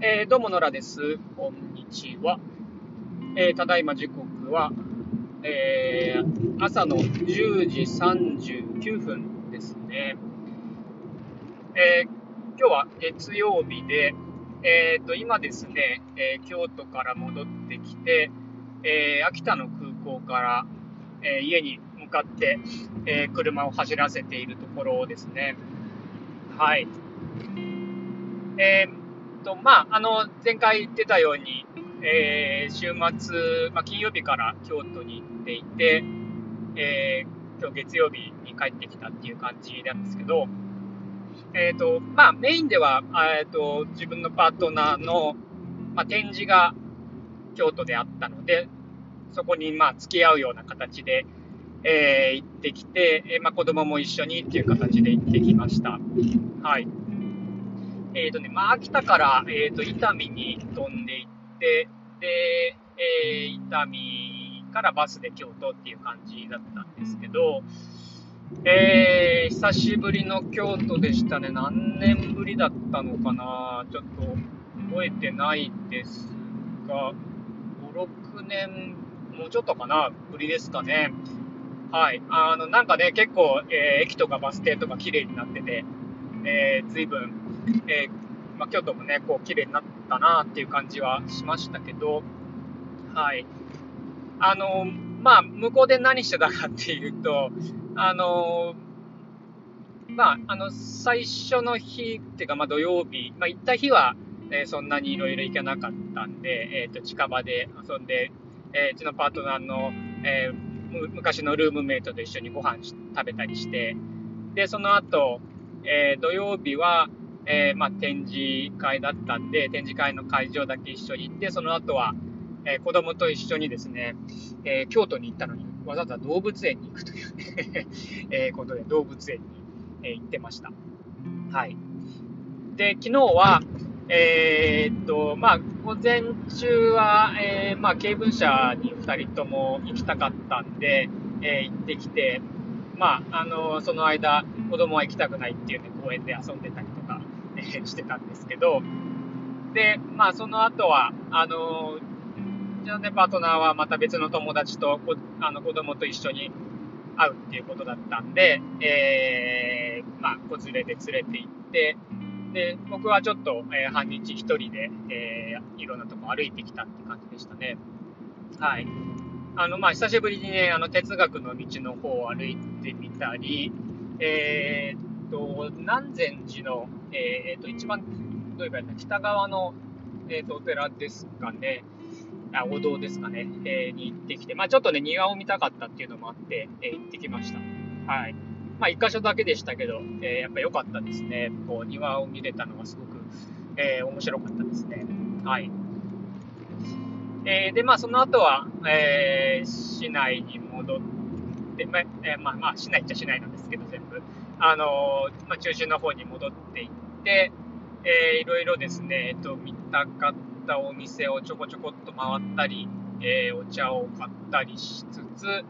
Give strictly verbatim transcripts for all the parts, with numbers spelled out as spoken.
えー、どうも野良です。こんにちは。えー、ただいま時刻は、えー、朝のじゅうじさんじゅうきゅうふんですね。えー、今日は月曜日で、えーと、今ですね、えー京都から戻ってきて、えー秋田の空港から、えー家に向かって、えー車を走らせているところですね。はい。えーと、まあ、あの、前回言ってたように、えー週末、まあ、金曜日から京都に行っていて、えー今日月曜日に帰ってきたっていう感じなんですけど、えーと、まあ、メインでは、えーと、自分のパートナーの、まあ、展示が京都であったので、そこに、まあ、付き合うような形で、えー行ってきて、えーまあ、子供も一緒にっていう形で行ってきました。はい。えーとね、まあ、秋田から、えーと、伊丹に飛んでいって、で、えー伊丹からバスで京都っていう感じだったんですけど、えー久しぶりの京都でしたね。何年ぶりだったのかな、ちょっと覚えてないですが、ご、ろくねん、もうちょっとかな、ぶりですかね。はい。あの、なんかね、結構、えー駅とかバス停とか綺麗になってて、えー、随分、えーまあ、京都もね、こう綺麗になったなっていう感じはしましたけど、はい。あの、まあ、向こうで何してたかっていうと、あの、まあ、あの、最初の日っていうか、まあ、土曜日、まあ、行った日は、えーそんなにいろいろ行けなかったんで、えっと、近場で遊んで、えーうちのパートナーの、えー昔のルームメイトと一緒にご飯食べたりして、で、その後、えー土曜日は、えーまあ、展示会だったんで、展示会の会場だけ一緒に行って、その後は、えー子供と一緒にですね、えー京都に行ったのに、わざわざ動物園に行くというね、えーことで動物園に、えー行ってました。はい。で、昨日は、えーっと、まあ、午前中は、えーまあ、経文社にふたりとも行きたかったんで、えー行ってきて、まあ、あの、その間、子供は行きたくないっていうんで、公園で遊んでたりとか、えーしてたんですけど、で、まあ、その後は、あの、うちのね、パートナーはまた別の友達と、こあの子供と一緒に会うっていうことだったんで、えー、まあ、子連れで連れて行って、で、僕はちょっと、えー半日一人で、えーいろんなとこ歩いてきたって感じでしたね。はい。あの、まあ、久しぶりにね、あの、哲学の道の方を歩いてみたり、えーっと、南禅寺の、えーっと、一番、どう言えばいいんだ、北側の、えーっと、お寺ですかね。あ、お堂ですかね、えーに行ってきて、まあ、ちょっとね、庭を見たかったっていうのもあって、えー行ってきました。はい。まあ、一箇所だけでしたけど、えーやっぱ良かったですね。こう、庭を見れたのがすごく、えー面白かったですね。はい。えーで、まあ、その後は、えー市内に戻って、まあ、えーまあ、まあ、市内っちゃ市内なんですけど、全部。あのーまあ、中心の方に戻っていって、えーいろいろですね、えっと、見たかったお店をちょこちょこっと回ったり、えーお茶を買ったりしつつ、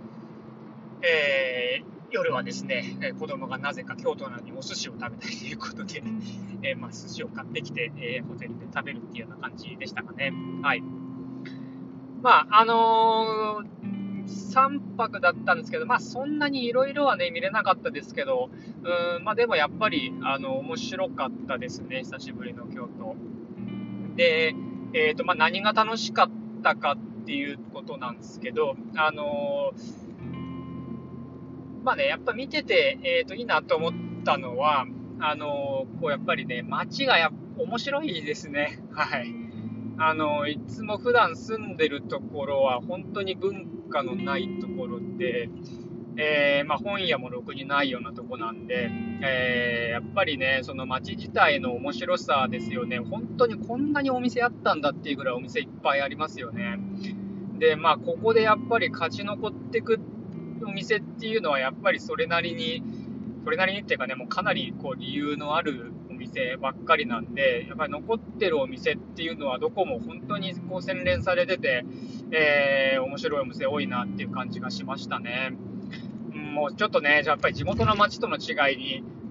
えー夜はですね、えー子供がなぜか京都なのにお寿司を食べたいということで、えーまあ、寿司を買ってきて、えーホテルで食べるっていうような感じでしたかね。はい。まあ、あのーさんぱくだったんですけど、まあ、そんなにいろいろはね、見れなかったですけど、うーん、まあ、でもやっぱり、あの、面白かったですね、久しぶりの京都。で、えっと、まあ、何が楽しかったかっていうことなんですけど、あのーまあね、やっぱ見てて、えっと、いいなと思ったのは、あのーこう、やっぱりね、街がやっ面白いですね。はい。あの、いつも普段住んでるところは本当に文化のないところで、えーまあ、本屋もろくにないようなとこなんで、えーやっぱりね、その街自体の面白さですよね。本当にこんなにお店あったんだっていうぐらいお店いっぱいありますよね。で、まあ、ここでやっぱり勝ち残ってくお店っていうのはやっぱりそれなりに、それなりにっていうかね、もうかなりこう理由のあるお店ばっかりなんで、やっぱり残ってるお店っていうのはどこも本当にこう洗練されてて、えー面白いお店多いなっていう感じがしましたね。うんもうちょっとね、やっぱり地元の街との違いに、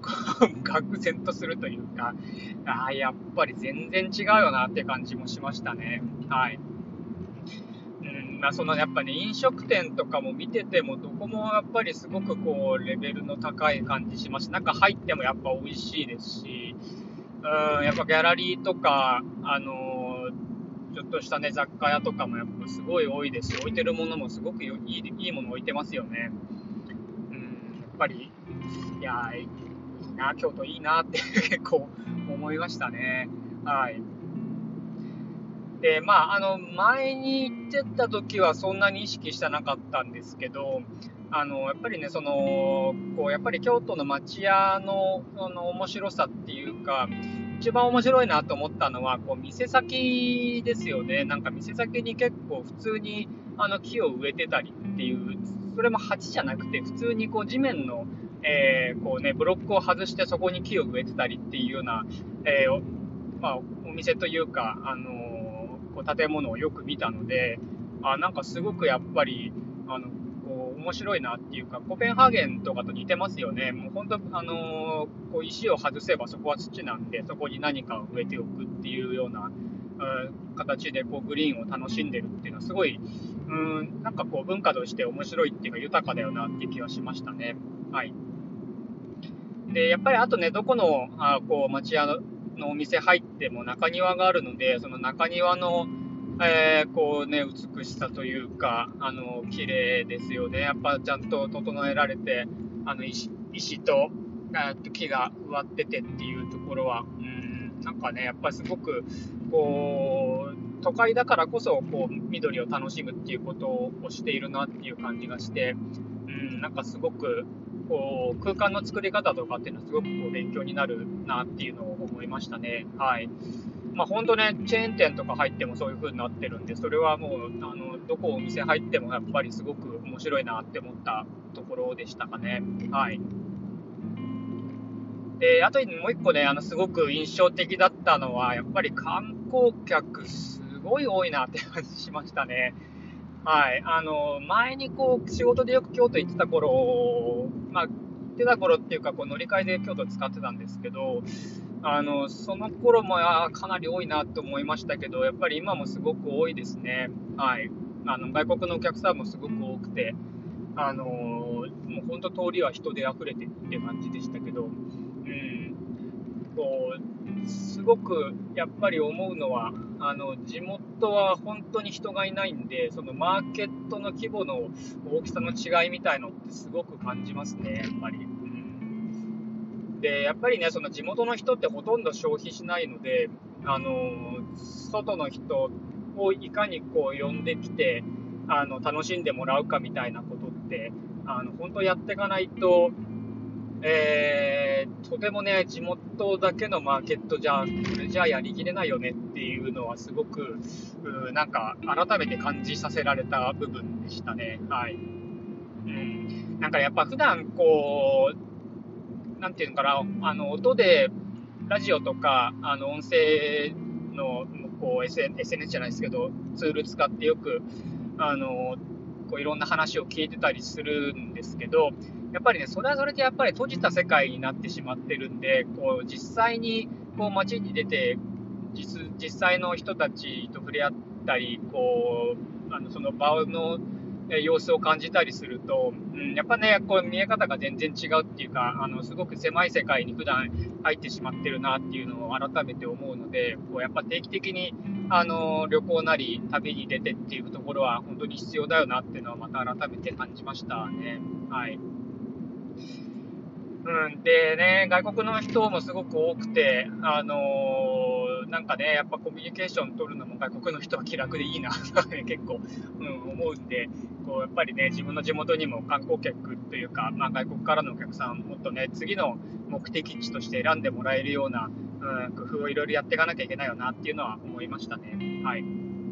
愕然とするというか、あやっぱり全然違うよなって感じもしましたね。はい。うんまあ、そのやっぱね、飲食店とかも見てても、どこもやっぱりすごくこうレベルの高い感じします。中入ってもやっぱ美味しいですし、うんやっぱギャラリーとか、あのーちょっとしたね、雑貨屋とかもやっぱすごい多いですし、置いてるものもすごくいいいいもの置いてますよね。うん、やっぱり、いやー、いいな、京都いいなって結構思いましたね。はい。で、まあ、あの、前に行ってた時はそんなに意識してなかったんですけど、あの、やっぱりね、その、こう、やっぱり京都の町屋の、その面白さっていうか、一番面白いなと思ったのは、こう、店先ですよね。なんか店先に結構普通に、あの、木を植えてたりっていう、それも鉢じゃなくて、普通にこう、地面の、えーこうね、ブロックを外してそこに木を植えてたりっていうような、えーまあ、お店というか、あのこう建物をよく見たので、あなんかすごくやっぱりあのこう面白いなっていうか、コペンハーゲンとかと似てますよね。もう本当、あのこう石を外せばそこは土なんで、そこに何かを植えておくっていうような、うん、形でこうグリーンを楽しんでるっていうのはすごい、うん、なんかこう文化として面白いっていうか豊かだよなっていう気はしましたね。はい。で、やっぱりあとね、どこのあこう町屋のお店入っても中庭があるので、その中庭の、えーこうね、美しさというか、あの綺麗ですよね。やっぱちゃんと整えられて、あの石石とあと木が植わっててっていうところは、うん、なんかね、やっぱりすごくこう都会だからこそこう緑を楽しむっていうことをしているなっていう感じがして、うん、なんかすごくこう空間の作り方とかっていうのはすごくこう勉強になるなっていうのを思いましたね。はい。まあ本当ね、チェーン店とか入ってもそういう風になってるんで、それはもうあのどこお店入ってもやっぱりすごく面白いなって思ったところでしたかね。はい。で、あともう一個ね、あのすごく印象的だったのは、やっぱり観光客すごい多いなって感じしましたね。はい、あの前にこう仕事でよく京都行ってた頃、まあ、行ってた頃っていうかこう乗り換えで京都使ってたんですけど、あのその頃もあかなり多いなと思いましたけど、やっぱり今もすごく多いですね。はい、あの外国のお客さんもすごく多くて、あのもう本当通りは人で溢れてって感じでしたけど、うん、こうすごくやっぱり思うのは、あの地元は本当に人がいないんで、そのマーケットの規模の大きさの違いみたいのってすごく感じますね、やっぱり。うん、で、やっぱりね、その地元の人ってほとんど消費しないので、あの外の人をいかにこう呼んできて、あの楽しんでもらうかみたいなことって、あの本当やっていかないと、えー、とてもね、地元だけのマーケットじゃ、これじゃあやりきれないよねっていうのは、すごく、うなんか、改めて感じさせられた部分でしたね。はい。うん。なんかやっぱ普段こう、なんていうのかな、あの、音で、ラジオとか、あの、音声の、こう、エスエヌエス じゃないですけど、ツール使ってよく、あの、こういろんな話を聞いてたりするんですけど、やっぱりね、それはそれでやっぱり閉じた世界になってしまってるんで、こう実際にこう街に出て実、実際の人たちと触れ合ったり、こうあのその場の様子を感じたりすると、うん、やっぱね、こう見え方が全然違うっていうか、あのすごく狭い世界に普段入ってしまってるなっていうのを改めて思うので、こうやっぱ定期的にあの旅行なり旅に出てっていうところは本当に必要だよなっていうのはまた改めて感じましたね。はい。うん、でね、外国の人もすごく多くて、あのーなんかね、やっぱコミュニケーション取るのも外国の人は気楽でいいなと結構、うん、思うんで、こうやっぱりね、自分の地元にも観光客というか、まあ、外国からのお客さん、もっとね、次の目的地として選んでもらえるような、うん、工夫をいろいろやっていかなきゃいけないよなっていうのは思いましたね。はい。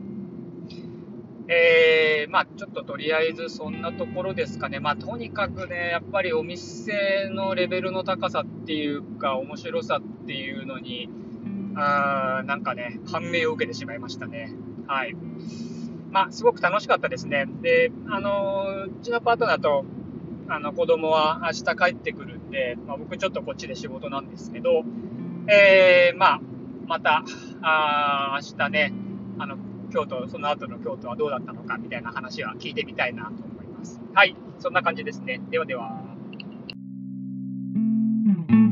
えー、まあちょっととりあえずそんなところですかね。まあとにかくね、やっぱりお店のレベルの高さっていうか、面白さっていうのに、あーなんかね、感銘を受けてしまいましたね。はい。まあすごく楽しかったですね。で、あのーうちのパートナーと、 あの子供は明日帰ってくるんで、まあ、僕ちょっとこっちで仕事なんですけど、えー、まあ、また、あ明日ね、あの、京都、その後の京都はどうだったのかみたいな話は聞いてみたいなと思います。はい、そんな感じですね。ではでは。